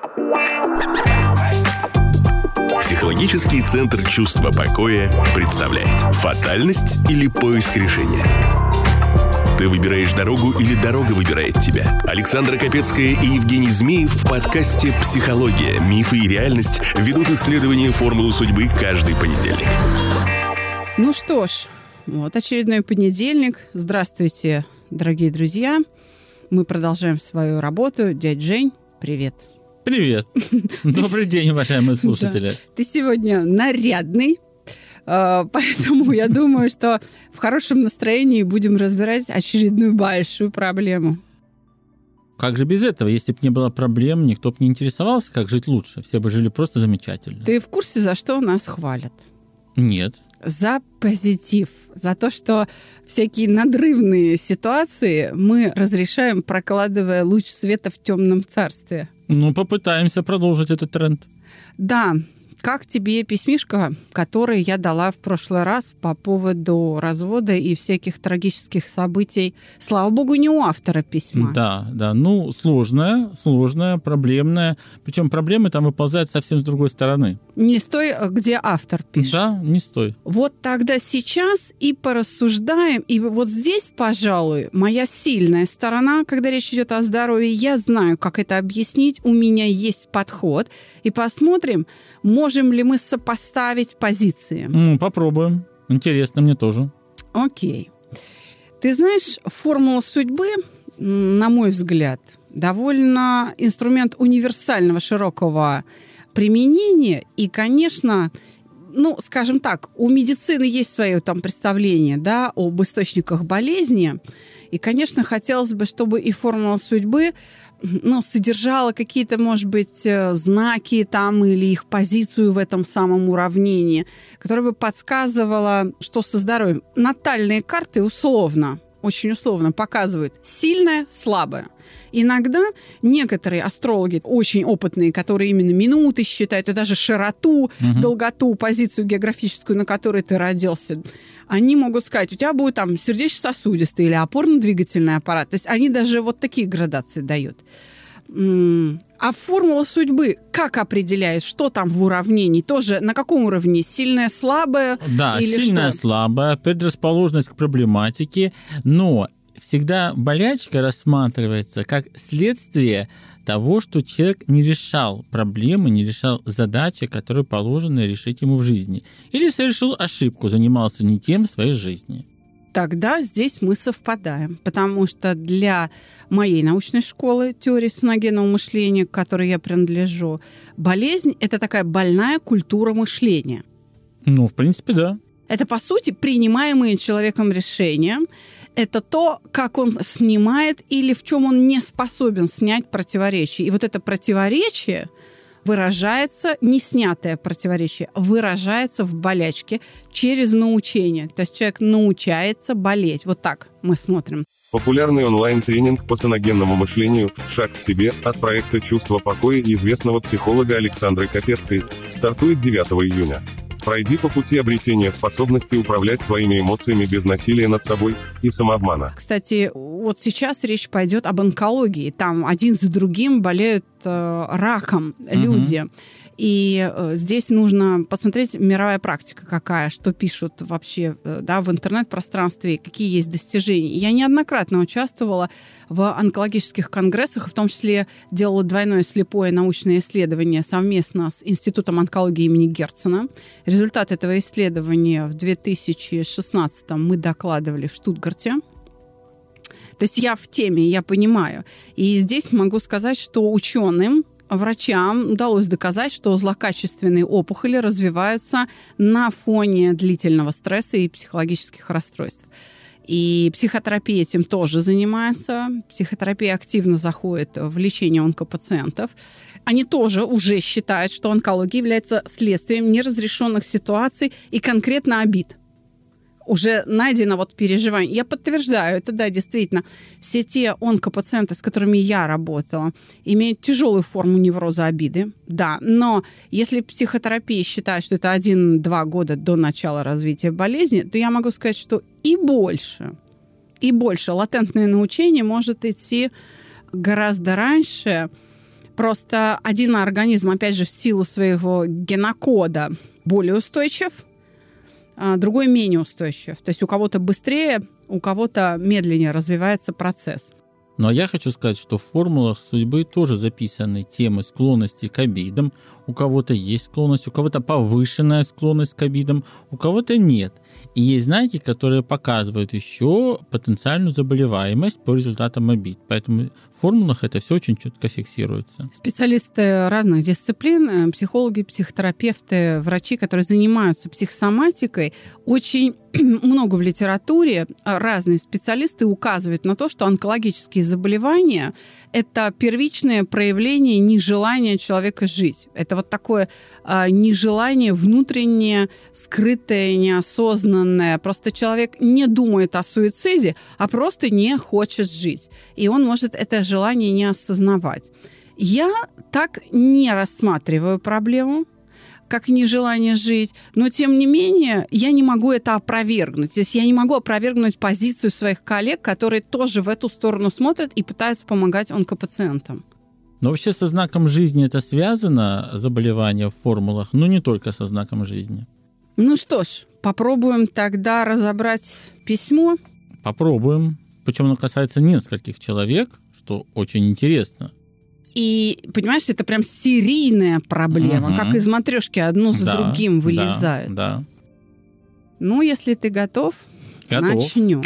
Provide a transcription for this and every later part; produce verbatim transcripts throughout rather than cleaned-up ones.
Психологический центр чувства покоя представляет «Фатальность или поиск решения?». Ты выбираешь дорогу или дорога выбирает тебя? Александра Капецкая и Евгений Змеев в подкасте «Психология. Мифы и реальность» ведут исследование формулы судьбы каждый понедельник. Ну что ж, вот очередной понедельник. Здравствуйте, дорогие друзья. Мы продолжаем свою работу. Дядь Жень, привет. Привет. Добрый день, уважаемые слушатели. Ты сегодня нарядный. Поэтому я думаю, что в хорошем настроении будем разбирать очередную большую проблему. Как же без этого? Если бы не было проблем, никто бы не интересовался, как жить лучше. Все бы жили просто замечательно. Ты в курсе, за что нас хвалят? Нет. За позитив. За то, что всякие надрывные ситуации мы разрешаем, прокладывая луч света в темном царстве. Ну, попытаемся продолжить этот тренд. Да. Как тебе письмишко, которое я дала в прошлый раз по поводу развода и всяких трагических событий? Слава богу, не у автора письма. Да, да. Ну, сложное, сложное, проблемное. Причем проблемы там выползают совсем с другой стороны. Не с той, где автор пишет. Да, не с той. Вот тогда сейчас и порассуждаем. И вот здесь, пожалуй, моя сильная сторона, когда речь идет о здоровье, я знаю, как это объяснить. У меня есть подход. И посмотрим, можем ли мы сопоставить позиции. Ну, попробуем. Интересно мне тоже. Окей. Ты знаешь, формула судьбы, на мой взгляд, довольно инструмент универсального широкого применения. И, конечно, ну, скажем так, у медицины есть свое там представление, да, об источниках болезни. И, конечно, хотелось бы, чтобы и формула судьбы, ну, содержала какие-то, может быть, знаки там или их позицию в этом самом уравнении, которая бы подсказывала, что со здоровьем. Натальные карты условно, очень условно показывают сильное, слабое. Иногда некоторые астрологи, очень опытные, которые именно минуты считают, и даже широту, угу. долготу, позицию географическую, на которой ты родился, они могут сказать, у тебя будет там сердечно-сосудистый или опорно-двигательный аппарат. То есть они даже вот такие градации дают. А формула судьбы как определяет, что там в уравнении? Тоже на каком уровне? Сильное, слабое? Да, или сильное, что? слабое, предрасположенность к проблематике, но всегда болячка рассматривается как следствие того, что человек не решал проблемы, не решал задачи, которые положено решить ему в жизни. Или совершил ошибку, занимался не тем в своей жизни. Тогда здесь мы совпадаем, потому что для моей научной школы теории саногенного мышления, к которой я принадлежу, болезнь – это такая больная культура мышления. Ну, в принципе, да. Это, по сути, принимаемые человеком решения. Это то, как он снимает или в чем он не способен снять противоречие. И вот это противоречие выражается, не снятое противоречие, выражается в болячке через научение. То есть человек научается болеть. Вот так мы смотрим. Популярный онлайн-тренинг по саногенному мышлению «Шаг к себе» от проекта «Чувство покоя» и известного психолога Александры Капецкой стартует девятого июня. Пройди по пути обретения способности управлять своими эмоциями без насилия над собой и самообмана. Кстати, вот сейчас речь пойдет об онкологии. Там один за другим болеют э, раком люди. Угу. И э, здесь нужно посмотреть мировая практика какая, что пишут вообще э, да, в интернет-пространстве, какие есть достижения. Я неоднократно участвовала в онкологических конгрессах, в том числе делала двойное слепое научное исследование совместно с Институтом онкологии имени Герцена. Результат этого исследования в две тысячи шестнадцатом мы докладывали в Штутгарте. То есть я в теме, я понимаю. И здесь могу сказать, что ученым, врачам удалось доказать, что злокачественные опухоли развиваются на фоне длительного стресса и психологических расстройств. И психотерапия этим тоже занимается. Психотерапия активно заходит в лечение онкопациентов. Они тоже уже считают, что онкология является следствием неразрешенных ситуаций и конкретно обид. Уже найдено вот переживание. Я подтверждаю, это да, действительно. Все те онкопациенты, с которыми я работала, имеют тяжелую форму невроза обиды. Да, но если психотерапия считает, что это один-два года до начала развития болезни, то я могу сказать, что и больше, и больше латентное научение может идти гораздо раньше, Просто один организм, опять же, в силу своего генокода более устойчив, а другой менее устойчив. То есть у кого-то быстрее, у кого-то медленнее развивается процесс. Но я хочу сказать, что в формулах судьбы тоже записаны темы склонности к обидам. У кого-то есть склонность, у кого-то повышенная склонность к обидам, у кого-то нет. И есть знаки, которые показывают еще потенциальную заболеваемость по результатам обид. Поэтому в формулах это все очень четко фиксируется. Специалисты разных дисциплин, психологи, психотерапевты, врачи, которые занимаются психосоматикой, очень много в литературе разные специалисты указывают на то, что онкологические заболевания – это первичное проявление нежелания человека жить. Это вот такое а, нежелание внутреннее, скрытое, неосознанное. Просто человек не думает о суициде, а просто не хочет жить. И он может это желание не осознавать. Я так не рассматриваю проблему, как нежелание жить, но, тем не менее, я не могу это опровергнуть. Здесь я не могу опровергнуть позицию своих коллег, которые тоже в эту сторону смотрят и пытаются помогать онкопациентам. Но вообще со знаком жизни это связано, заболевание в формулах, но не только со знаком жизни. Ну что ж, попробуем тогда разобрать письмо. Попробуем. Причем оно касается нескольких человек, что очень интересно. И, понимаешь, это прям серийная проблема, угу. Как из матрешки одно за да, другим вылезает. Да, да. Ну, если ты готов, готов. Начнем.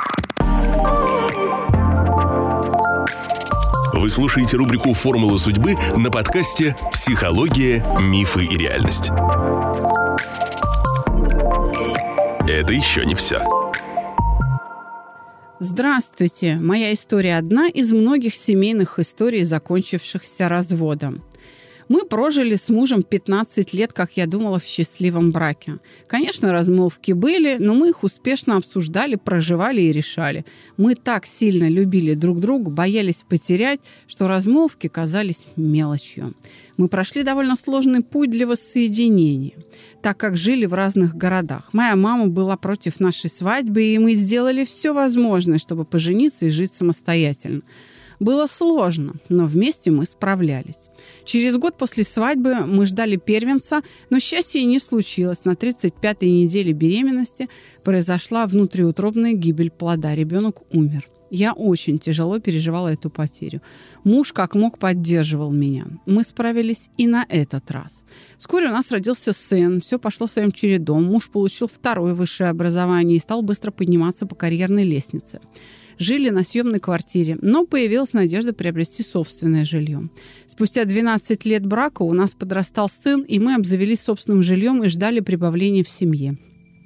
Вы слушаете рубрику «Формула судьбы» на подкасте «Психология, мифы и реальность». Это еще не все. Здравствуйте. Моя история одна из многих семейных историй, закончившихся разводом. Мы прожили с мужем пятнадцать лет, как я думала, в счастливом браке. Конечно, размолвки были, но мы их успешно обсуждали, проживали и решали. Мы так сильно любили друг друга, боялись потерять, что размолвки казались мелочью. Мы прошли довольно сложный путь для воссоединения, так как жили в разных городах. Моя мама была против нашей свадьбы, и мы сделали все возможное, чтобы пожениться и жить самостоятельно. Было сложно, но вместе мы справлялись. Через год после свадьбы мы ждали первенца, но счастья не случилось. На тридцать пятой неделе беременности произошла внутриутробная гибель плода. Ребенок умер. Я очень тяжело переживала эту потерю. Муж как мог поддерживал меня. Мы справились и на этот раз. Вскоре у нас родился сын. Все пошло своим чередом. Муж получил второе высшее образование и стал быстро подниматься по карьерной лестнице. Жили на съемной квартире, но появилась надежда приобрести собственное жилье. Спустя двенадцать лет брака у нас подрастал сын, и мы обзавелись собственным жильем и ждали прибавления в семье.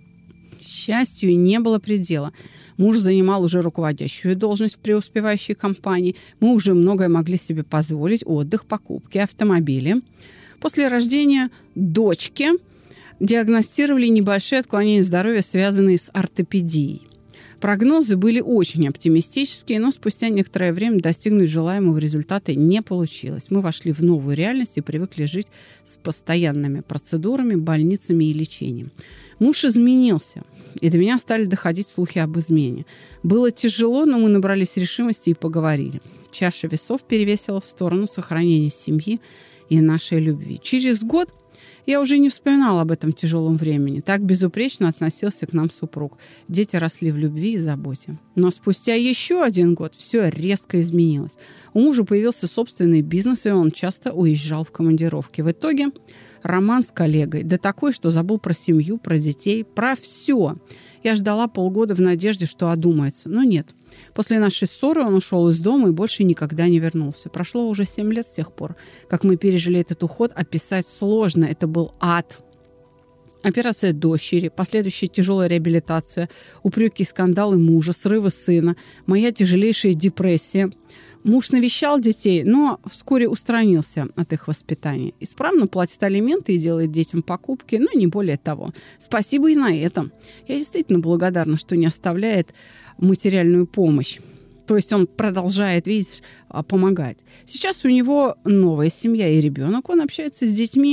Счастью не было предела. Муж занимал уже руководящую должность в преуспевающей компании. Мы уже многое могли себе позволить: отдых, покупки, автомобили. После рождения дочки диагностировали небольшие отклонения здоровья, связанные с ортопедией. Прогнозы были очень оптимистические, но спустя некоторое время достигнуть желаемого результата не получилось. Мы вошли в новую реальность и привыкли жить с постоянными процедурами, больницами и лечением. Муж изменился, и до меня стали доходить слухи об измене. Было тяжело, но мы набрались решимости и поговорили. Чаша весов перевесила в сторону сохранения семьи и нашей любви. Через год я уже не вспоминала об этом тяжелом времени. Так безупречно относился к нам супруг. Дети росли в любви и заботе. Но спустя еще один год все резко изменилось. У мужа появился собственный бизнес, и он часто уезжал в командировки. В итоге роман с коллегой, да такой, что забыл про семью, про детей, про все. Я ждала полгода в надежде, что одумается, но нет. После нашей ссоры он ушел из дома и больше никогда не вернулся. Прошло уже семь лет с тех пор, как мы пережили этот уход. Описать сложно. Это был ад. Операция дочери, последующая тяжелая реабилитация, упреки и скандалы мужа, срывы сына, моя тяжелейшая депрессия. Муж навещал детей, но вскоре устранился от их воспитания. Исправно платит алименты и делает детям покупки, но не более того. Спасибо и на этом. Я действительно благодарна, что не оставляет материальную помощь. То есть он продолжает, видишь, помогать. Сейчас у него новая семья и ребенок. Он общается с детьми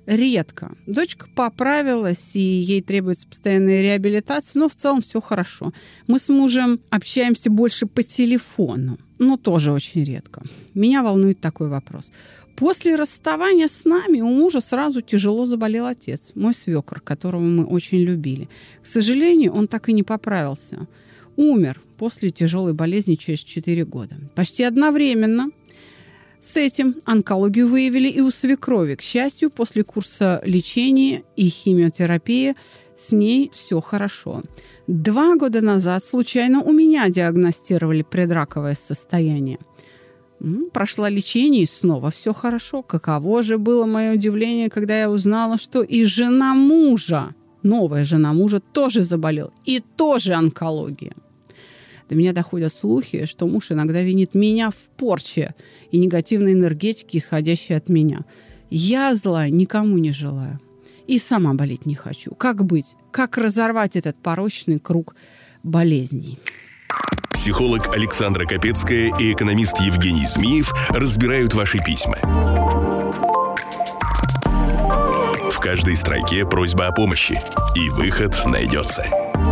редко. Дочка поправилась, и ей требуется постоянная реабилитация, но в целом все хорошо. Мы с мужем общаемся больше по телефону, но тоже очень редко. Меня волнует такой вопрос. После расставания с нами у мужа сразу тяжело заболел отец, мой свекр, которого мы очень любили. К сожалению, он так и не поправился. Умер после тяжелой болезни через четыре года. Почти одновременно с этим онкологию выявили и у свекрови. К счастью, после курса лечения и химиотерапии с ней все хорошо. Два года назад случайно у меня диагностировали предраковое состояние. Прошла лечение, и снова все хорошо. Каково же было мое удивление, когда я узнала, что и жена мужа, новая жена мужа, тоже заболела. И тоже онкология. До меня доходят слухи, что муж иногда винит меня в порче и негативной энергетике, исходящей от меня. Я зла никому не желаю. И сама болеть не хочу. Как быть? Как разорвать этот порочный круг болезней? Психолог Александра Капецкая и экономист Евгений Змеев разбирают ваши письма. В каждой строке просьба о помощи, и выход найдется.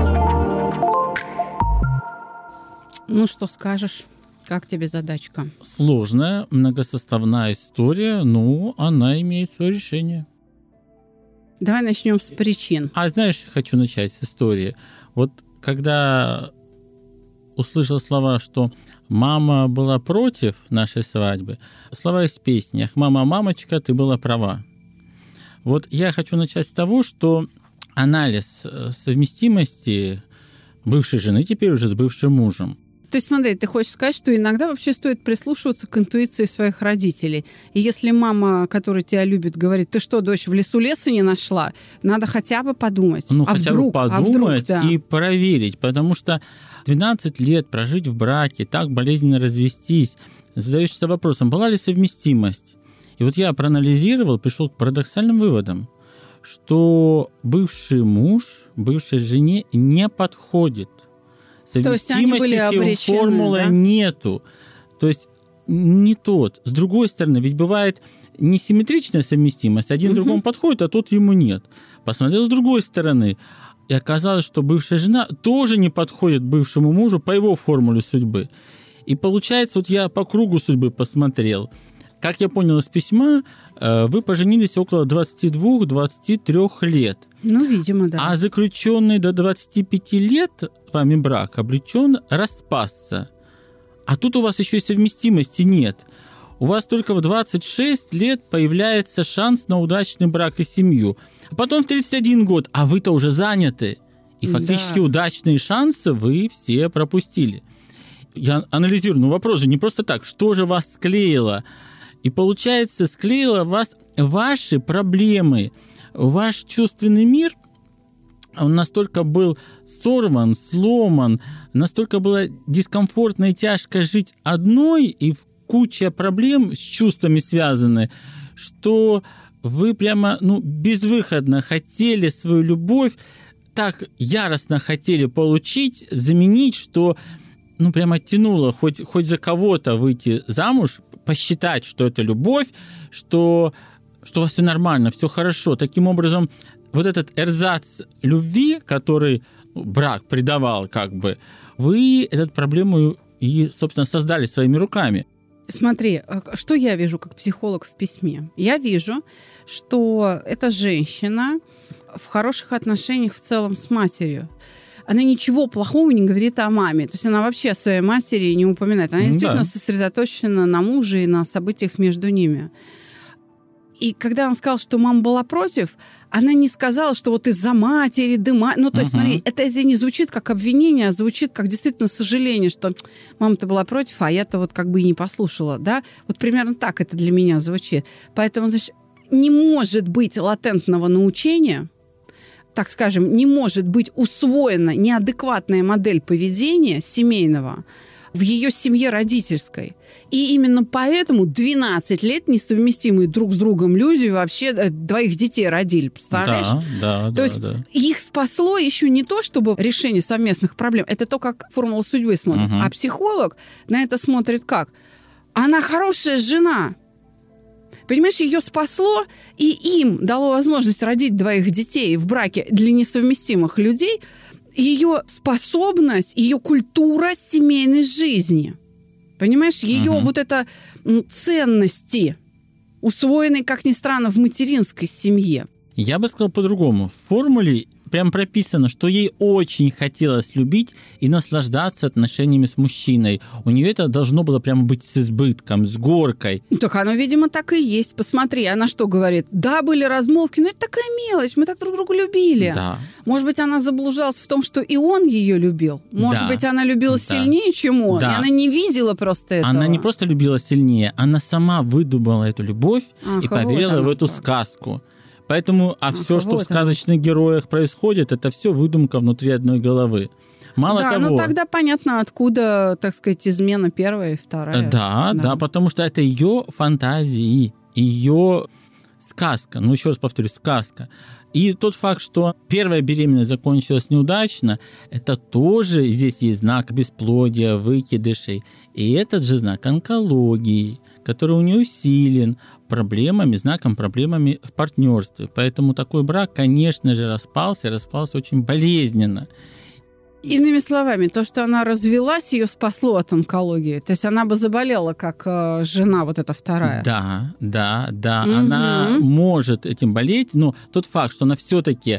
Ну, что скажешь? Как тебе задачка? Сложная, многосоставная история, но она имеет свое решение. Давай начнем с причин. А знаешь, хочу начать с истории. Вот когда услышал слова, что мама была против нашей свадьбы, слова из песни «Ах, мама, мамочка, ты была права». Вот я хочу начать с того, что анализ совместимости бывшей жены, теперь уже с бывшим мужем. То есть, смотри, ты хочешь сказать, что иногда вообще стоит прислушиваться к интуиции своих родителей. И если мама, которая тебя любит, говорит, ты что, дочь, в лесу леса не нашла, надо хотя бы подумать. Ну, а хотя вдруг, бы подумать а вдруг, да. и проверить, потому что двенадцать лет прожить в браке, так болезненно развестись, задаешься вопросом, была ли совместимость. И вот я проанализировал, пришел к парадоксальным выводам, что бывший муж бывшей жене не подходит. Совместимости формулы да? нету. То есть не тот. С другой стороны, ведь бывает несимметричная совместимость. Один угу. другому подходит, а тот ему нет. Посмотрел с другой стороны. И оказалось, что бывшая жена тоже не подходит бывшему мужу по его формуле судьбы. И получается, вот я по кругу судьбы посмотрел. Как я понял из письма, вы поженились около двадцати двух - двадцати трёх лет. Ну, видимо, да. А заключенный до двадцати пяти лет вами брак обречен распасться. А тут у вас еще и совместимости нет. У вас только в двадцать шесть лет появляется шанс на удачный брак и семью. А потом в тридцать один год, а вы-то уже заняты. И фактически да. удачные шансы вы все пропустили. Я анализирую, ну вопрос же не просто так. Что же вас склеило? И получается, склеило вас ваши проблемы, ваш чувственный мир, он настолько был сорван, сломан, настолько было дискомфортно и тяжко жить одной, и куча проблем с чувствами связаны, что вы прямо ну, безвыходно хотели свою любовь, так яростно хотели получить, заменить, что ну, прямо тянуло хоть, хоть за кого-то выйти замуж, посчитать, что это любовь, что, что у вас все нормально, все хорошо. Таким образом, вот этот эрзац любви, который брак придавал, как бы, вы эту проблему и, собственно, создали своими руками. Смотри, что я вижу как психолог в письме? Я вижу, что эта женщина в хороших отношениях в целом с матерью. Она ничего плохого не говорит о маме. То есть она вообще о своей матери не упоминает. Она действительно да. сосредоточена на муже и на событиях между ними. И когда он сказал, что мама была против, она не сказала, что вот из-за матери, да мать. Ну, то есть, uh-huh. смотри, это, это не звучит как обвинение, а звучит как действительно сожаление, что мама-то была против, а я-то вот как бы и не послушала, да? Вот примерно так это для меня звучит. Поэтому, значит, не может быть латентного научения, так скажем, не может быть усвоена неадекватная модель поведения семейного в ее семье родительской. И именно поэтому двенадцать лет несовместимые друг с другом люди вообще двоих детей родили, представляешь? Да, да, то да, есть да. их спасло еще не то, чтобы решение совместных проблем, это то, как формула судьбы смотрит. Угу. А психолог на это смотрит как? Она хорошая жена. Понимаешь, ее спасло, и им дало возможность родить двоих детей в браке для несовместимых людей, ее способность, ее культура семейной жизни. Понимаешь, ее угу. вот это ценности, усвоенные, как ни странно, в материнской семье. Я бы сказал по-другому. В формуле прям прописано, что ей очень хотелось любить и наслаждаться отношениями с мужчиной. У нее это должно было прямо быть с избытком, с горкой. Так оно, видимо, так и есть. Посмотри, она что говорит? Да, были размолвки, но это такая мелочь, мы так друг друга любили. Да. Может быть, она заблуждалась в том, что и он ее любил. Может да. быть, она любила да. сильнее, чем он. Да. И она не видела просто этого. Она не просто любила сильнее, она сама выдумала эту любовь Ах, и поверила вот в эту как. сказку. Поэтому, а все, что вот в сказочных оно. героях происходит, это все выдумка внутри одной головы. Мало да, того... ну тогда понятно, откуда, так сказать, измена первая и вторая. Да, да, да, потому что это ее фантазии, ее сказка. Ну, еще раз повторюсь, сказка. И тот факт, что первая беременность закончилась неудачно, это тоже здесь есть знак бесплодия, выкидышей. И этот же знак онкологии, который у нее усилен проблемами, знаком проблемами в партнерстве. Поэтому такой брак, конечно же, распался, и распался очень болезненно. Иными словами, то, что она развелась, ее спасло от онкологии. То есть она бы заболела, как э, жена вот эта вторая. Да, да, да. Угу. Она может этим болеть, но тот факт, что она все-таки...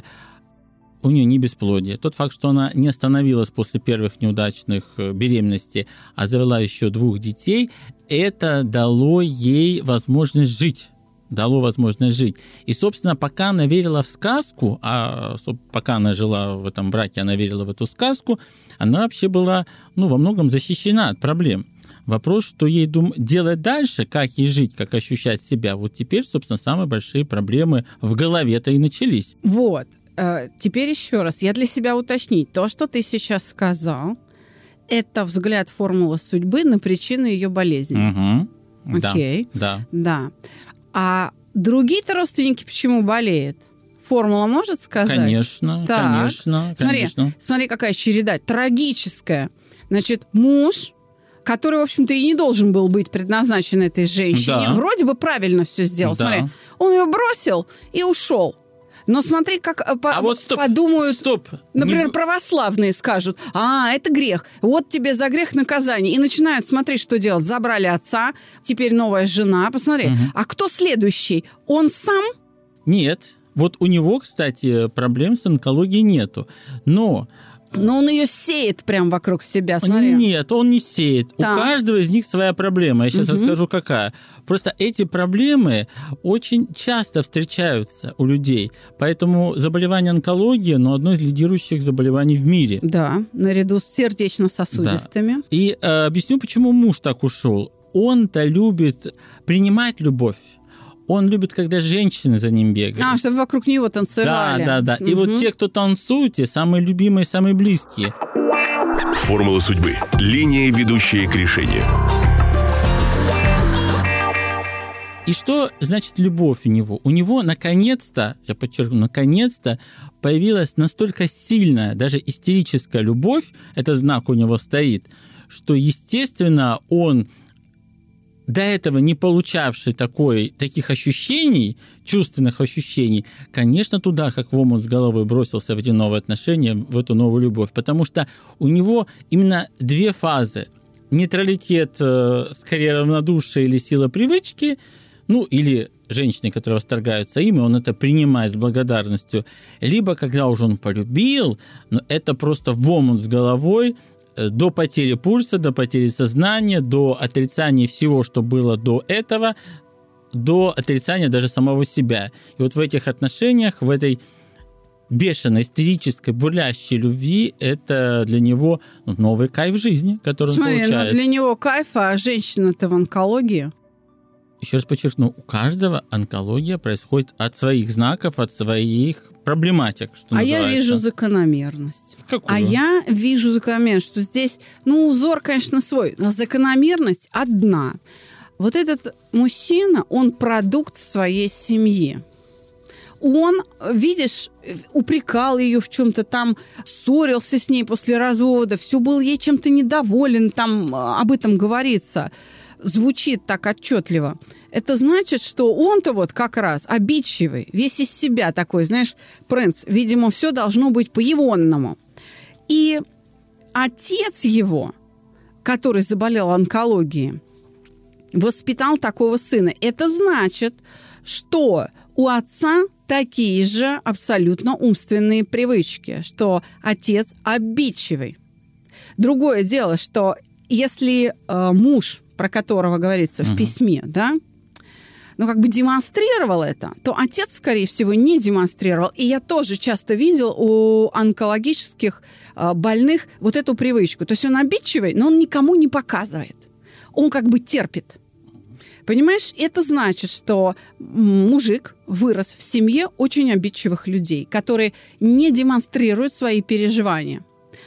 У нее не бесплодие. Тот факт, что она не остановилась после первых неудачных беременностей, а завела еще двух детей, это дало ей возможность жить. Дало возможность жить. И, собственно, пока она верила в сказку, а пока она жила в этом браке, она верила в эту сказку, она вообще была, ну, во многом защищена от проблем. Вопрос, что ей дум... делать дальше, как ей жить, как ощущать себя, вот теперь, собственно, самые большие проблемы в голове-то и начались. Вот. Теперь еще раз, я для себя уточнить. То, что ты сейчас сказал, это взгляд формулы судьбы на причины ее болезни. Угу. Окей. Да, да. Да. А другие-то родственники почему болеют? Формула может сказать? Конечно, так. конечно, смотри, конечно. Смотри, какая череда. Трагическая. Значит, муж, который, в общем-то, и не должен был быть предназначен этой женщине, да. вроде бы правильно все сделал. Да. Смотри, он ее бросил и ушел. Но смотри, как по- а вот стоп, подумают, стоп. например, Не... православные скажут, а, это грех, вот тебе за грех наказание. И начинают смотреть, что делать. Забрали отца, теперь новая жена, посмотри. Угу. А кто следующий? Он сам? Нет. Вот у него, кстати, проблем с онкологией нету. Но... Но он ее сеет прям вокруг себя, смотри. Нет, он не сеет. Да. У каждого из них своя проблема. Я сейчас угу. расскажу, какая. Просто эти проблемы очень часто встречаются у людей. Поэтому заболевание онкологии, ну, одно из лидирующих заболеваний в мире. Да, наряду с сердечно-сосудистыми. Да. И э, объясню, почему муж так ушел. Он-то любит принимать любовь. Он любит, когда женщины за ним бегают. А, чтобы вокруг него танцевали. Да, да, да. Угу. И вот те, кто танцуют, те самые любимые, самые близкие. Формула судьбы. Линия, ведущая к решению. И что значит любовь у него? У него наконец-то, я подчеркну, наконец-то появилась настолько сильная, даже истерическая любовь, этот знак у него стоит, что, естественно, он... до этого не получавший такой, таких ощущений, чувственных ощущений, конечно, туда, как в омут с головой, бросился в эти новые отношения, в эту новую любовь. Потому что у него именно две фазы. Нейтралитет, скорее, равнодушие или сила привычки, ну, или женщины, которые восторгаются им, и он это принимает с благодарностью. Либо, когда уже он полюбил, но это просто в омут с головой, до потери пульса, до потери сознания, до отрицания всего, что было до этого, до отрицания даже самого себя. И вот в этих отношениях, в этой бешеной, истерической, бурлящей любви, это для него новый кайф жизни, который Смотри, он получает. Смотри, ну для него кайф, а женщина-то в онкологии. Еще раз подчеркну, у каждого онкология происходит от своих знаков, от своих проблематик, что а называется. я вижу закономерность. Какую? А я вижу закономерность, что здесь, ну, узор, конечно, свой, но закономерность одна. Вот этот мужчина, он продукт своей семьи. Он, видишь, упрекал ее в чем-то там, ссорился с ней после развода, все был ей чем-то недоволен, там об этом говорится. Звучит так отчетливо. это значит, что он-то вот как раз обидчивый, весь из себя такой, знаешь, принц. Видимо, все должно быть по-егонному. И отец его, который заболел онкологией, воспитал такого сына. Это значит, что у отца такие же абсолютно умственные привычки, что отец обидчивый. Другое дело, что если э, муж, про которого говорится в uh-huh. письме, да, ну, как бы демонстрировал это, то отец, скорее всего, не демонстрировал. И я тоже часто видел у онкологических э, больных вот эту привычку. То есть он обидчивый, но он никому не показывает. Он как бы терпит. Понимаешь, это значит, что мужик вырос в семье очень обидчивых людей, которые не демонстрируют свои переживания.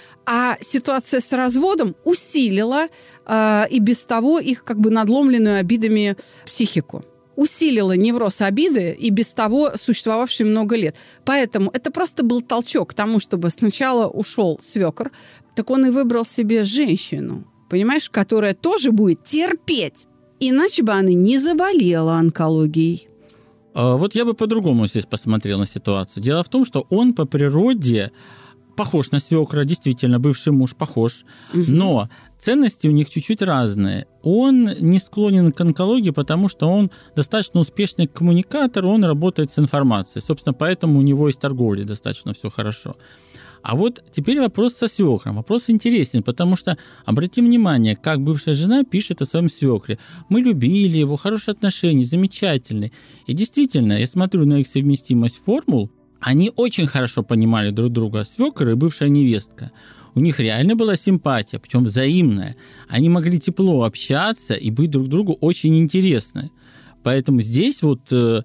А ситуация с разводом усилила э, и без того их как бы надломленную обидами психику. Усилила невроз обиды и без того существовавший много лет. Поэтому это просто был толчок к тому, чтобы сначала ушел свекр, так он и выбрал себе женщину, понимаешь, которая тоже будет терпеть. Иначе бы она не заболела онкологией. Вот я бы по-другому здесь посмотрел на ситуацию. Дело в том, что он по природе похож на свекра, действительно, бывший муж похож, угу. но ценности у них чуть-чуть разные. Он не склонен к онкологии, потому что он достаточно успешный коммуникатор, он работает с информацией. Собственно, поэтому у него и с торговлей достаточно все хорошо. А вот теперь вопрос со свекром. Вопрос интересен, потому что, обратим внимание, как бывшая жена пишет о своем свекре. Мы любили его, хорошие отношения, замечательные. И действительно, я смотрю на их совместимость формул, они очень хорошо понимали друг друга, свекр и бывшая невестка. У них реально была симпатия, причем взаимная. Они могли тепло общаться и быть друг другу очень интересны. Поэтому здесь вот э,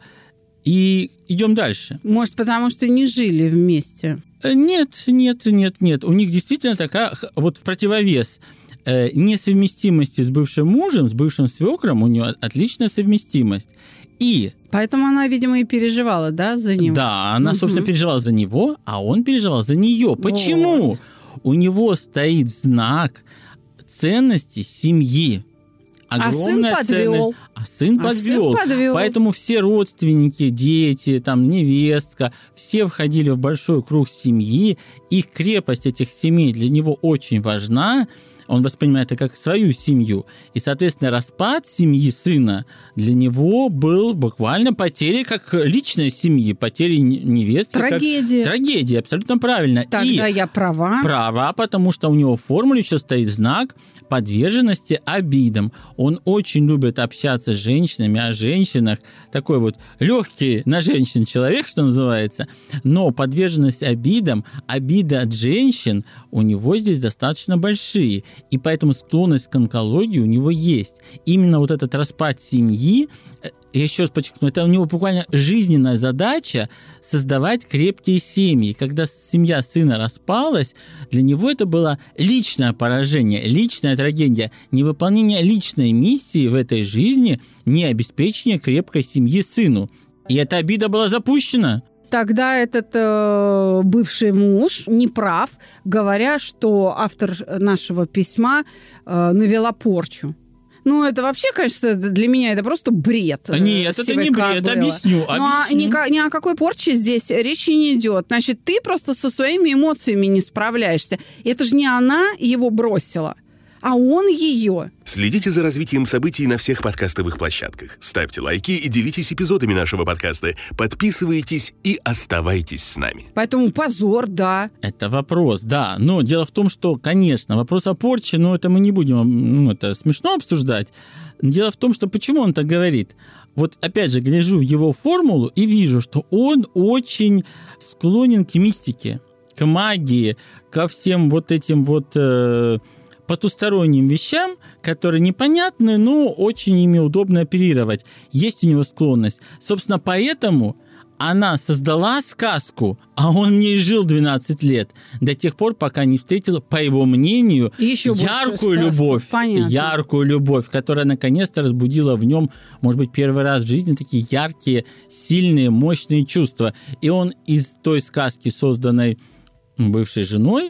и идем дальше. Может, потому что не жили вместе? Нет, нет, нет, нет. У них действительно такая, вот в противовес э, несовместимости с бывшим мужем, с бывшим свекром, у нее отличная совместимость. И... Поэтому она, видимо, и переживала, да, за него? Да, она, угу. собственно, переживала за него, а он переживал за нее. Почему? Вот. У него стоит знак ценности семьи. Огромная а сын подвел. А сын а подвел. Сын подвел. Поэтому все родственники, дети, там, невестка, все входили в большой круг семьи. Их крепость этих семей для него очень важна. Он воспринимает это как свою семью. И, соответственно, распад семьи сына для него был буквально потерей как личной семьи, потерей невесты. Трагедия. Как... Трагедия, абсолютно правильно. Тогда И я права. Права, потому что у него в формуле еще стоит знак подверженности обидам. Он очень любит общаться с женщинами, о женщинах. Такой вот легкий на женщин человек, что называется. Но подверженность обидам, обиды от женщин у него здесь достаточно большие. И поэтому склонность к онкологии у него есть. Именно вот этот распад семьи, я еще раз подчеркну, это у него буквально жизненная задача создавать крепкие семьи. Когда семья сына распалась, для него это было личное поражение, личная трагедия, невыполнение личной миссии в этой жизни, не обеспечение крепкой семьи сыну. И эта обида была запущена. Тогда этот э, бывший муж не прав, говоря, что автор нашего письма э, навела порчу. Ну, это вообще, конечно, для меня это просто бред. Нет, это не бред, было. объясню. Ну, а ни, ни о какой порче здесь речи не идет. Значит, ты просто со своими эмоциями не справляешься. Это же не она его бросила, а он ее. Следите за развитием событий на всех подкастовых площадках. Ставьте лайки и делитесь эпизодами нашего подкаста. Подписывайтесь и оставайтесь с нами. Поэтому позор, да. Это вопрос, да. Но дело в том, что, конечно, вопрос о порче, но это мы не будем, ну, это смешно обсуждать. Дело в том, что почему он так говорит? Вот опять же, гляжу в его формулу и вижу, что он очень склонен к мистике, к магии, ко всем вот этим вот... Э- потусторонним вещам, которые непонятны, но очень ими удобно оперировать. Есть у него склонность. Собственно, поэтому она создала сказку, а он в ней жил двенадцать лет, до тех пор, пока не встретил, по его мнению, Еще яркую любовь. Понятно. Яркую любовь, которая наконец-то разбудила в нем, может быть, первый раз в жизни такие яркие, сильные, мощные чувства. И он из той сказки, созданной бывшей женой,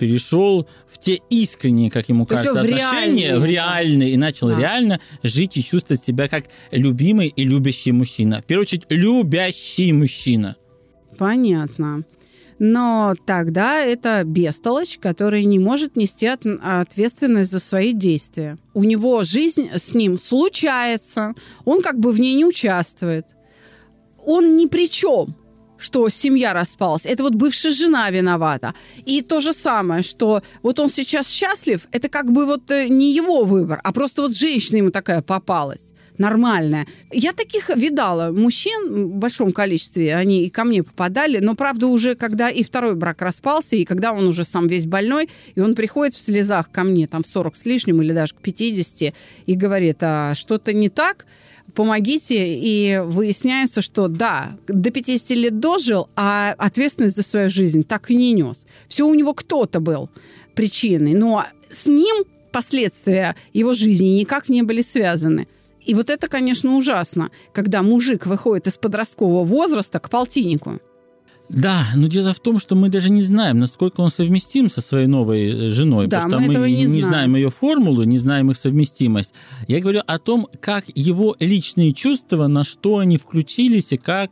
перешел в те искренние, как ему То кажется, есть в отношения, реальные, в реальные, и начал да. реально жить и чувствовать себя как любимый и любящий мужчина. В первую очередь, любящий мужчина. Понятно. Но тогда это бестолочь, который не может нести от- ответственность за свои действия. У него жизнь с ним случается, он как бы в ней не участвует. Он ни при чем, что семья распалась. Это вот бывшая жена виновата. И то же самое, что вот он сейчас счастлив, это как бы вот не его выбор, а просто вот женщина ему такая попалась. Нормальная. Я таких видала мужчин в большом количестве, они и ко мне попадали, но, правда, уже когда и второй брак распался, и когда он уже сам весь больной, и он приходит в слезах ко мне, там, в сорок с лишним или даже к пятидесяти, и говорит, а что-то не так, помогите, и выясняется, что да, до пятидесяти лет дожил, а ответственность за свою жизнь так и не нес. Все у него кто-то был причиной, но с ним последствия его жизни никак не были связаны. И вот это, конечно, ужасно, когда мужик выходит из подросткового возраста к полтиннику. Да, но дело в том, что мы даже не знаем, насколько он совместим со своей новой женой. Да, потому мы что этого мы не не знаем. знаем ее формулу, не знаем их совместимость. Я говорю о том, как его личные чувства, на что они включились и как,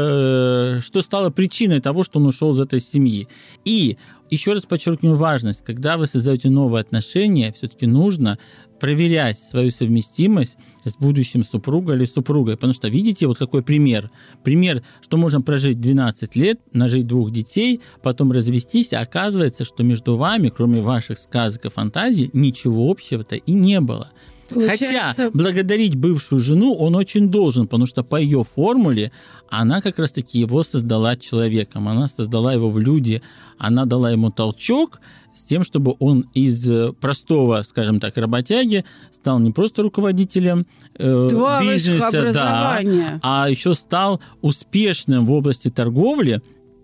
э, что стало причиной того, что он ушел из этой семьи. И еще раз подчеркну важность, когда вы создаете новые отношения, все-таки нужно проверять свою совместимость с будущим супругом или супругой. Потому что, видите, вот какой пример. Пример, что можно прожить двенадцать лет, нажить двух детей, потом развестись, а оказывается, что между вами, кроме ваших сказок и фантазий, ничего общего-то и не было. Получается... Хотя благодарить бывшую жену он очень должен, потому что по ее формуле она как раз-таки его создала человеком, она создала его в люди, она дала ему толчок с тем, чтобы он из простого, скажем так, работяги стал не просто руководителем э, Два бизнеса, высших образования. да, а еще стал успешным в области торговли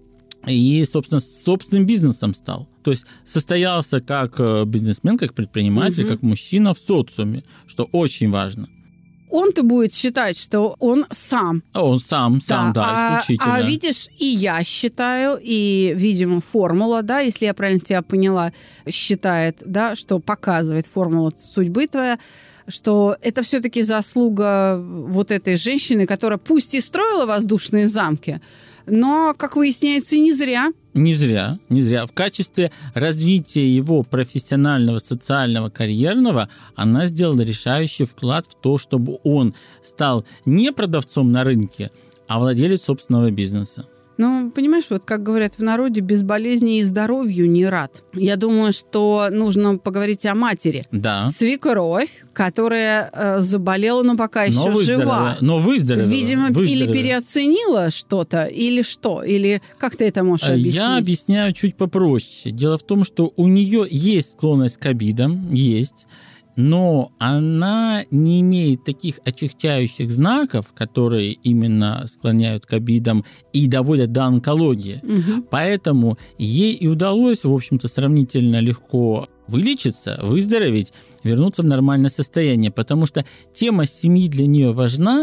и, собственно, собственным бизнесом стал. То есть состоялся как бизнесмен, как предприниматель, угу. как мужчина в социуме, что очень важно. Он-то будет считать, что он сам. Он сам, сам, да, а, исключительно. А видишь, и я считаю, и, видимо, формула, да, если я правильно тебя поняла, считает, да, что показывает формула судьбы твоя, что это все-таки заслуга вот этой женщины, которая пусть и строила воздушные замки, но, как выясняется, не зря. Не зря, не зря. В качестве развития его профессионального, социального, карьерного она сделала решающий вклад в то, чтобы он стал не продавцом на рынке, а владелец собственного бизнеса. Ну, понимаешь, вот как говорят в народе, без болезней и здоровью не рад. Я думаю, что нужно поговорить о матери. Да. Свекровь, которая э, заболела, но пока еще но жива. Но выздоровела. Видимо, выздоровела. или переоценила что-то, или что? Или как ты это можешь объяснить? Я объясняю чуть попроще. Дело в том, что у нее есть склонность к обидам, есть, но она не имеет таких отягчающих знаков, которые именно склоняют к обидам и доводят до онкологии. Угу. Поэтому ей и удалось, в общем-то, сравнительно легко вылечиться, выздороветь, вернуться в нормальное состояние, потому что тема семьи для нее важна,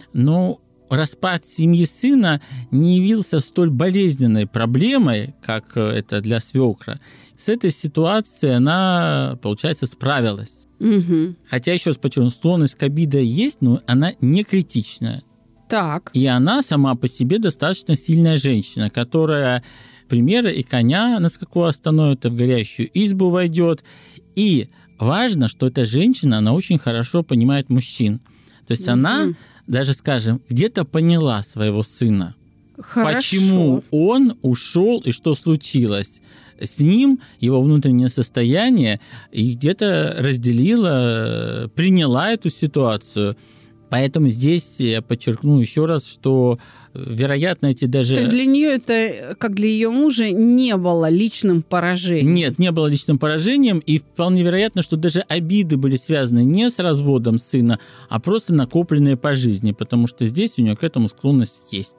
но распад семьи сына не явился столь болезненной проблемой, как это для свекра. С этой ситуацией она, получается, справилась. Угу. Хотя, еще раз подчеркну, склонность к обиде есть, но она не критичная. Так. И она сама по себе достаточно сильная женщина, которая примеры и коня на скаку остановит, и в горящую избу войдет. И важно, что эта женщина, она очень хорошо понимает мужчин. То есть угу. она даже, скажем, где-то поняла своего сына. Хорошо. Почему он ушел и что случилось с ним, его внутреннее состояние, и где-то разделила, приняла эту ситуацию. Поэтому здесь я подчеркну еще раз, что, вероятно, эти даже... То есть для нее это, как для ее мужа, не было личным поражением? Нет, не было личным поражением, и вполне вероятно, что даже обиды были связаны не с разводом сына, а просто накопленные по жизни, потому что здесь у нее к этому склонность есть.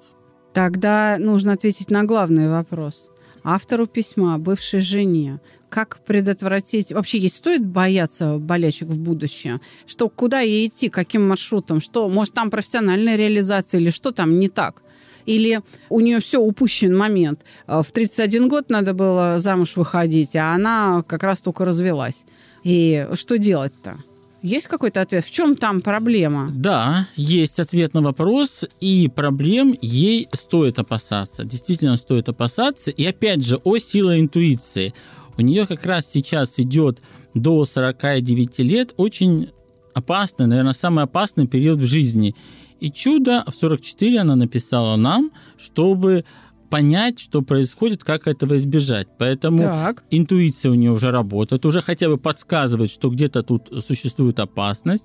Тогда нужно ответить на главный вопрос. Автору письма, бывшей жене, как предотвратить... Вообще, ей стоит бояться болячек в будущее? Что, куда ей идти, каким маршрутом? Что, может, там профессиональная реализация или что там не так? Или у нее все упущен момент. В тридцать один год надо было замуж выходить, а она как раз только развелась. И что делать-то? Есть какой-то ответ? В чем там проблема? Да, есть ответ на вопрос, и проблем ей стоит опасаться. Действительно стоит опасаться. И опять же, о силе интуиции. У нее как раз сейчас идет до сорока девяти лет очень опасный, наверное, самый опасный период в жизни. И чудо в сорок четыре она написала нам, чтобы понять, что происходит, как этого избежать. Поэтому так. Интуиция у нее уже работает, уже хотя бы подсказывает, что где-то тут существует опасность,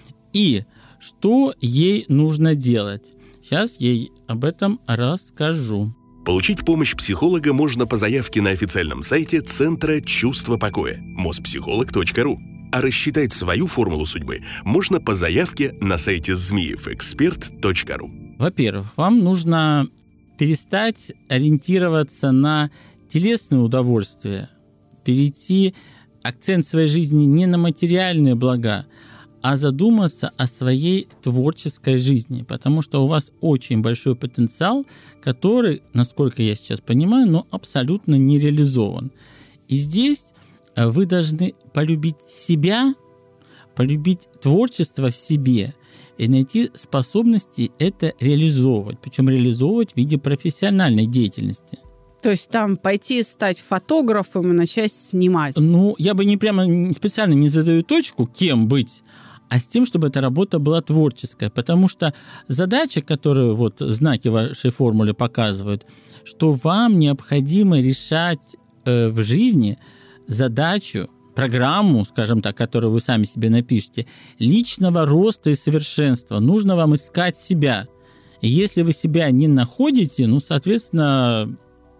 и что ей нужно делать. Сейчас я ей об этом расскажу. Получить помощь психолога можно по заявке на официальном сайте Центра чувства покоя моspsycholog точка ру. А рассчитать свою формулу судьбы можно по заявке на сайте змеев эксперт точка ру. Во-первых, вам нужно перестать ориентироваться на телесные удовольствия, перейти акцент своей жизни не на материальные блага, а задуматься о своей творческой жизни, потому что у вас очень большой потенциал, который, насколько я сейчас понимаю, но абсолютно не реализован. И здесь вы должны полюбить себя, полюбить творчество в себе и найти способности это реализовывать, причем реализовывать в виде профессиональной деятельности. То есть там пойти стать фотографом и начать снимать? Ну, я бы не прямо специально не задаю точку, кем быть, а с тем, чтобы эта работа была творческая. Потому что задача, которую вот знаки вашей формулы показывают, что вам необходимо решать э, в жизни задачу, программу, скажем так, которую вы сами себе напишите, личного роста и совершенства. Нужно вам искать себя. И если вы себя не находите, ну, соответственно,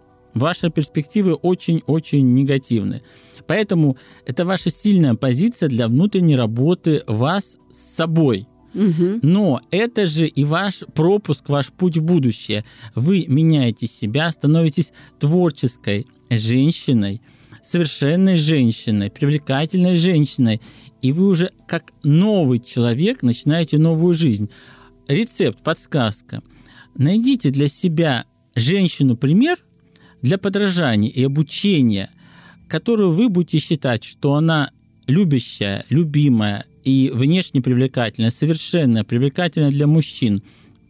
ваши перспективы очень-очень негативны. Поэтому это ваша сильная позиция для внутренней работы вас с собой. Угу. Но это же и ваш пропуск, ваш путь в будущее. Вы меняете себя, становитесь творческой женщиной, совершенной женщиной, привлекательной женщиной, и вы уже как новый человек начинаете новую жизнь. Рецепт, подсказка. Найдите для себя женщину-пример для подражания и обучения, которую вы будете считать, что она любящая, любимая и внешне привлекательная, совершенно привлекательная для мужчин.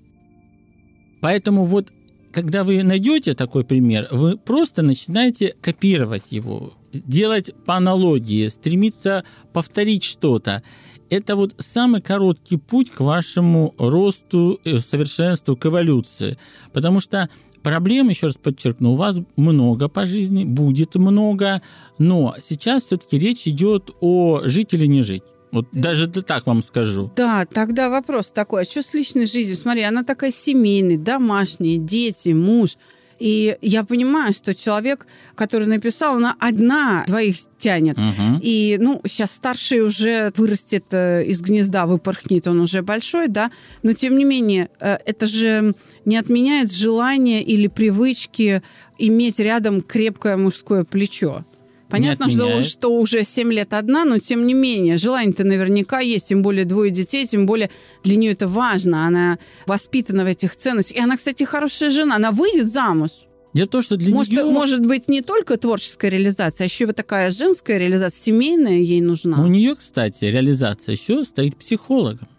Поэтому вот когда вы найдете такой пример, вы просто начинаете копировать его, делать по аналогии, стремиться повторить что-то. Это вот самый короткий путь к вашему росту, совершенству, к эволюции. Потому что проблем, еще раз подчеркну, у вас много по жизни, будет много, но сейчас все-таки речь идет о жить или не жить. Вот даже так вам скажу. Да, тогда вопрос такой, а что с личной жизнью? Смотри, она такая семейная, домашняя, дети, муж. И я понимаю, что человек, который написал, она одна, двоих тянет. Угу. И, ну, сейчас старший уже вырастет из гнезда, выпорхнет, он уже большой, да. Но, тем не менее, это же не отменяет желания или привычки иметь рядом крепкое мужское плечо. Понятно, что, что уже семь лет одна, но тем не менее, желание-то наверняка есть, тем более двое детей, тем более для нее это важно. Она воспитана в этих ценностях. И она, кстати, хорошая жена, она выйдет замуж. Дело в том, что для может, нее... может быть, не только творческая реализация, а еще и вот такая женская реализация, семейная ей нужна. У нее, кстати, реализация еще стоит психологом.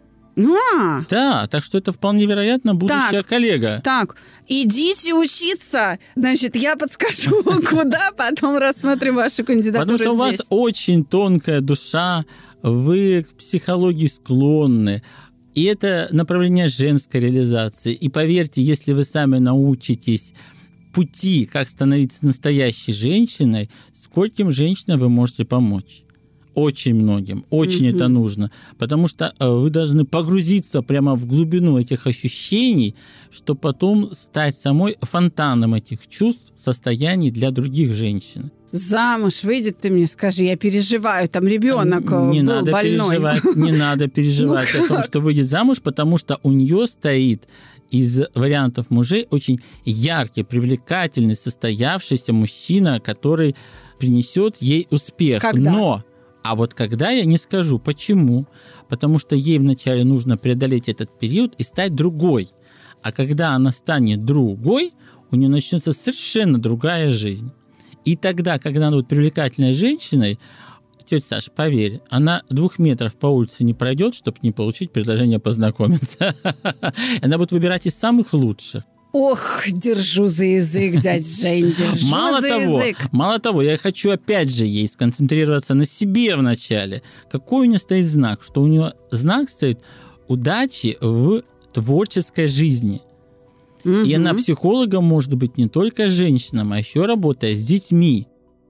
А! Да, так что это вполне вероятно будущая так, коллега. Так, идите учиться. Значит, я подскажу, куда, потом рассмотрим вашу кандидатуру. Потому что у вас очень тонкая душа, вы к психологии склонны. И это направление женской реализации. И поверьте, если вы сами научитесь пути, как становиться настоящей женщиной, скольким женщинам вы можете помочь. Очень многим. Очень mm-hmm. это нужно. Потому что вы должны погрузиться прямо в глубину этих ощущений, чтобы потом стать самой фонтаном этих чувств, состояний для других женщин. Замуж выйдет, ты мне скажи, я переживаю, там ребенок не был надо больной. Переживать, не надо переживать ну о том, что выйдет замуж, потому что у нее стоит из вариантов мужей очень яркий, привлекательный, состоявшийся мужчина, который принесет ей успех. Когда? Но А вот когда я не скажу. Почему? Потому что ей вначале нужно преодолеть этот период и стать другой. А когда она станет другой, у нее начнется совершенно другая жизнь. И тогда, когда она будет привлекательной женщиной, тетя Саша, поверь, она двух метров по улице не пройдет, чтобы не получить предложение познакомиться. Она будет выбирать из самых лучших. Ох, держу за язык, дядь Жень, держу мало за того, язык. Мало того, я хочу опять же ей сконцентрироваться на себе вначале. Какой у нее стоит знак? Что у нее знак стоит удачи в творческой жизни. Угу. И она психологом может быть не только женщинам, а еще работая с детьми.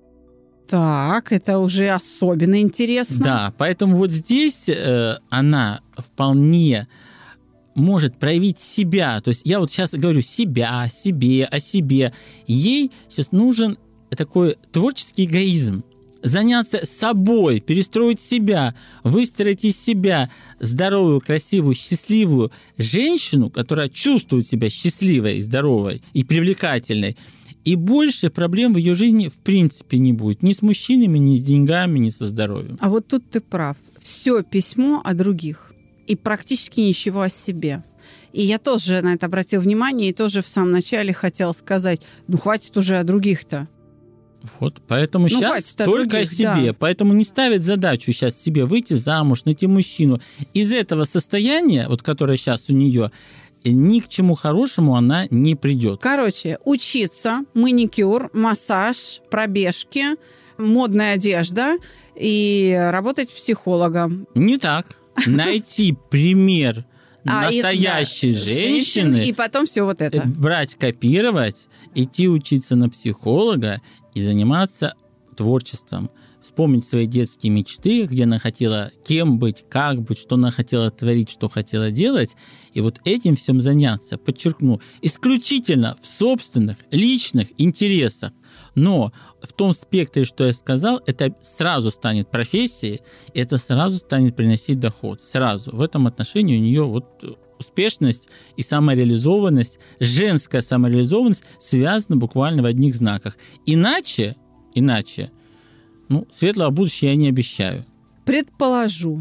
Так, это уже особенно интересно. Да, поэтому вот здесь э, она вполне может проявить себя. То есть я вот сейчас говорю себя, себе, о себе. Ей сейчас нужен такой творческий эгоизм. Заняться собой, перестроить себя, выстроить из себя здоровую, красивую, счастливую женщину, которая чувствует себя счастливой, здоровой и привлекательной. И больше проблем в ее жизни в принципе не будет. Ни с мужчинами, ни с деньгами, ни со здоровьем. А вот тут ты прав. Все письмо о других. И практически ничего о себе. И я тоже на это обратила внимание, и тоже в самом начале хотела сказать, ну хватит уже о других-то. Вот, поэтому ну, сейчас только других, о себе. Да. Поэтому не ставят задачу сейчас себе выйти замуж, найти мужчину. Из этого состояния, вот которое сейчас у нее, ни к чему хорошему она не придет. Короче, учиться, маникюр, массаж, пробежки, модная одежда и работать психологом. Не так. Найти пример а, настоящей и, да, женщины. И потом все вот это. Брать, копировать, идти учиться на психолога и заниматься творчеством. Вспомнить свои детские мечты, где она хотела кем быть, как быть, что она хотела творить, что хотела делать. И вот этим всем заняться, подчеркну, исключительно в собственных личных интересах. Но в том спектре, что я сказал, это сразу станет профессией, это сразу станет приносить доход. Сразу. В этом отношении у нее вот успешность и самореализованность, женская самореализованность связаны буквально в одних знаках. Иначе, иначе, ну, светлого будущего я не обещаю. Предположу,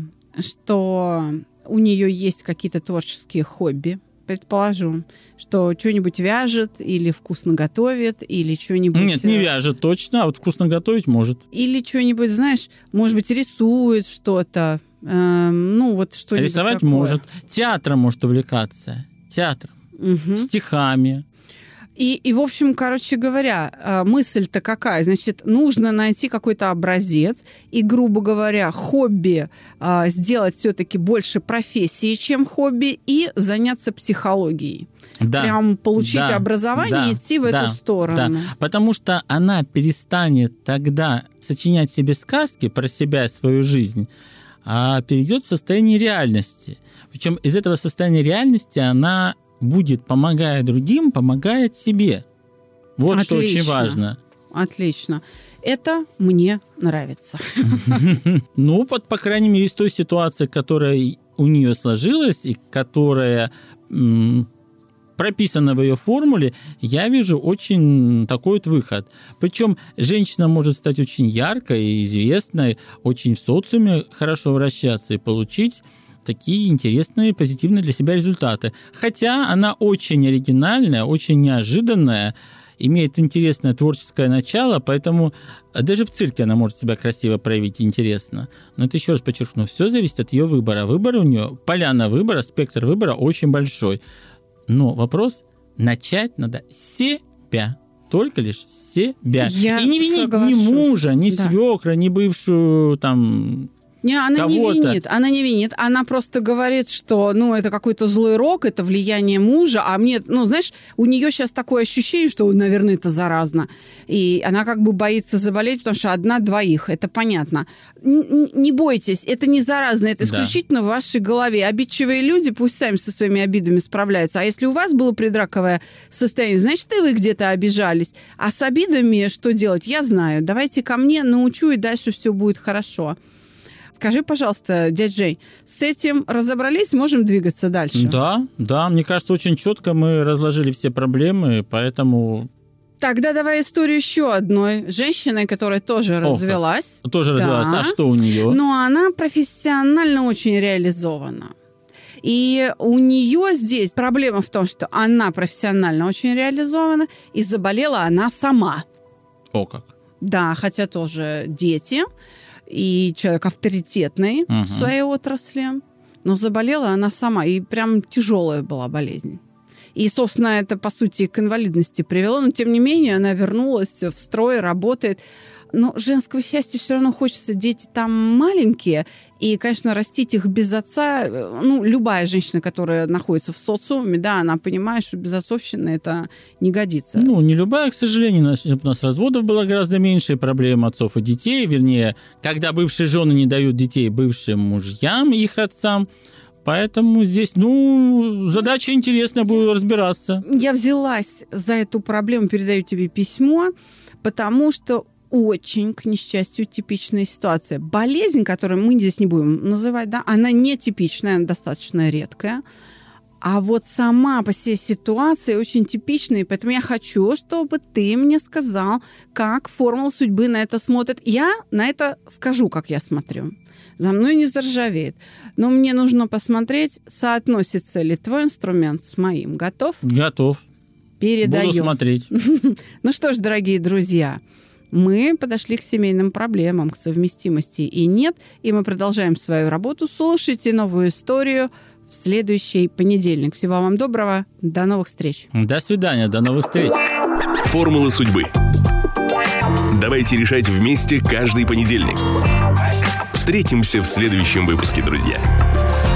что у нее есть какие-то творческие хобби. Предположу, что что-нибудь вяжет или вкусно готовит, или что-нибудь... Нет, не вяжет точно, а вот вкусно готовить может. Или что-нибудь, знаешь, может быть, рисует что-то. Э, ну, вот что-нибудь Рисовать такое. может. Театром может увлекаться. Театром. Угу. Стихами. И, и, в общем, короче говоря, мысль-то какая? Значит, нужно найти какой-то образец и, грубо говоря, хобби сделать все-таки больше профессии, чем хобби, и заняться психологией. Да. Прям получить да. образование да. и идти в да. эту сторону. Да. Потому что она перестанет тогда сочинять себе сказки про себя и свою жизнь, а перейдет в состояние реальности. Причем из этого состояния реальности она будет, помогая другим, помогает себе. Вот Отлично. Что очень важно. Отлично. Это мне нравится. Ну, по, по крайней мере, из той ситуации, которая у нее сложилась и которая м, прописана в ее формуле, я вижу очень такой вот выход. Причем женщина может стать очень яркой и известной, очень в социуме хорошо вращаться и получить такие интересные, позитивные для себя результаты. Хотя она очень оригинальная, очень неожиданная, имеет интересное творческое начало, поэтому даже в цирке она может себя красиво проявить и интересно. Но это еще раз подчеркну, все зависит от ее выбора. Выбор у нее, поляна выбора, спектр выбора очень большой. Но вопрос, начать надо с себя. Только лишь с себя. Я и не винить соглашусь. Ни мужа, ни да. свекра, ни бывшую там... Не, она кого-то. не винит, она не винит, она просто говорит, что, ну, это какой-то злой рок, это влияние мужа, а мне, ну, знаешь, у нее сейчас такое ощущение, что, наверное, это заразно, и она как бы боится заболеть, потому что одна двоих, это понятно. Н- не бойтесь, это не заразно, это исключительно да. в вашей голове. Обидчивые люди пусть сами со своими обидами справляются, а если у вас было предраковое состояние, значит, и вы где-то обижались, а с обидами что делать, я знаю, давайте ко мне, научу, и дальше все будет хорошо. Скажи, пожалуйста, дядь Жень, с этим разобрались, можем двигаться дальше? Да, да, мне кажется, очень четко мы разложили все проблемы, поэтому... Тогда давай историю еще одной женщины, которая тоже О, развелась. Тоже да. развелась, а что у нее? Но она профессионально очень реализована. И у нее здесь проблема в том, что она профессионально очень реализована, и заболела она сама. О как. Да, хотя тоже дети, и человек авторитетный угу. в своей отрасли, но заболела она сама, и прям тяжелая была болезнь. И, собственно, это, по сути, к инвалидности привело, но, тем не менее, она вернулась в строй, работает. Но женского счастья все равно хочется. Дети там маленькие, и, конечно, растить их без отца, ну, любая женщина, которая находится в социуме, да, она понимает, что безотцовщина это не годится. Ну, не любая, к сожалению. У нас разводов было гораздо меньше, проблем отцов и детей, вернее, когда бывшие жены не дают детей бывшим мужьям и их отцам. Поэтому здесь, ну, задача интересная, буду разбираться. Я взялась за эту проблему, передаю тебе письмо, потому что очень, к несчастью, типичная ситуация. Болезнь, которую мы здесь не будем называть, да, она не типичная, она достаточно редкая. А вот сама по себе ситуация очень типичная, и поэтому я хочу, чтобы ты мне сказал, как формула судьбы на это смотрит. Я на это скажу, как я смотрю. За мной не заржавеет. Но мне нужно посмотреть, соотносится ли твой инструмент с моим. Готов? Готов. Передаю. Буду смотреть. Ну что ж, дорогие друзья, мы подошли к семейным проблемам, к совместимости и нет, и мы продолжаем свою работу. Слушайте новую историю в следующий понедельник. Всего вам доброго. До новых встреч. До свидания. До новых встреч. Формула судьбы. Давайте решать вместе каждый понедельник. Встретимся в следующем выпуске, друзья.